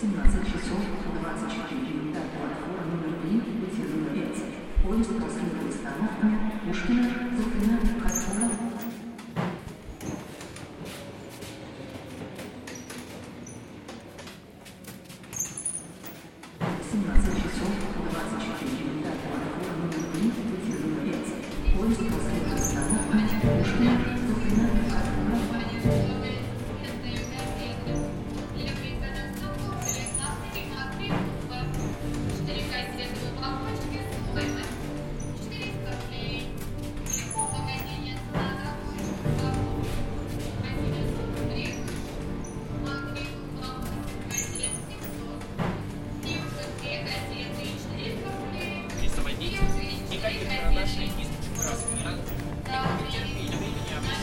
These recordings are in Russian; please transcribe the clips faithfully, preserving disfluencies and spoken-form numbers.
семнадцать часов двадцать четыре минуты. Платформа номер три, пути номер пять. Поезд проследует остановками Пушкина, Зуфина, Хатура. семнадцать часов двадцать четыре минуты. Платформа номер три, пути номер пять. Поезд проследует остановками Пушкина, Зуфина, Хатура. Никаких наших искусственных размеров, никаких терпения, времени,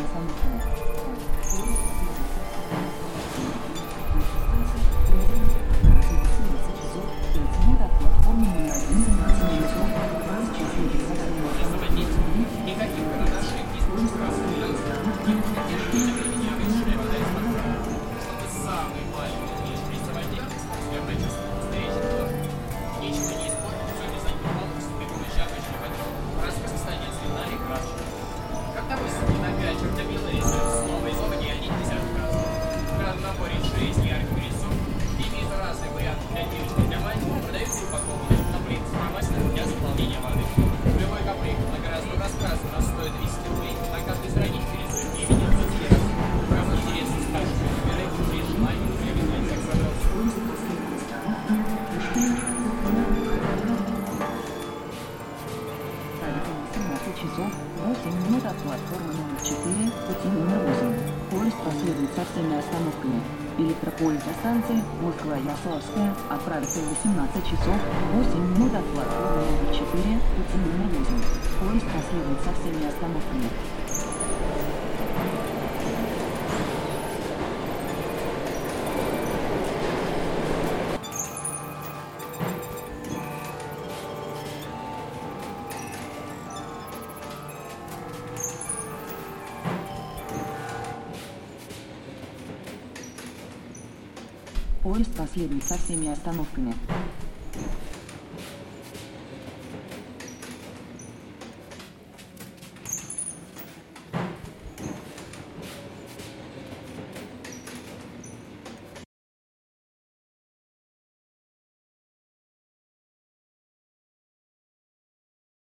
остановками. Перетянуть от платформы номер один семнадцать часов. Поезд час едет со всеми остановками. Никаких карандашей, Поезд проследует самый маленький рисовальник, я почувствовал настоящий тоже. Ничего не испортить, все обязательно получится, как мы сейчас очень хотим. Краска состояние цветная и красочная. Как, допустим, такая черно-белая рисует снова из опыта один десяток раз. В каждом наборе шесть ярких рисунок. Имеют разные варианты для девочки и для мальчика, продаются упакованы на принцип промасленных для заполнения воды. Любой каприк многоразовой раскраски у нас стоит двести рублей, на каждой странице рисует имени двадцать раз. Кому интересно, скажите, выбирайте при желании, приобретайте, как пожалуйста. семнадцать часов восемь минут от платформы номер четыре, пути номер восемь. Поезд последует со всеми остановками. Электропоезд до станции Москва-Ярославская отправится в восемнадцать часов восемь минут от платформы номер четыре, пути номер восемь. Поезд последует со всеми остановками. Поезд последует со всеми остановками.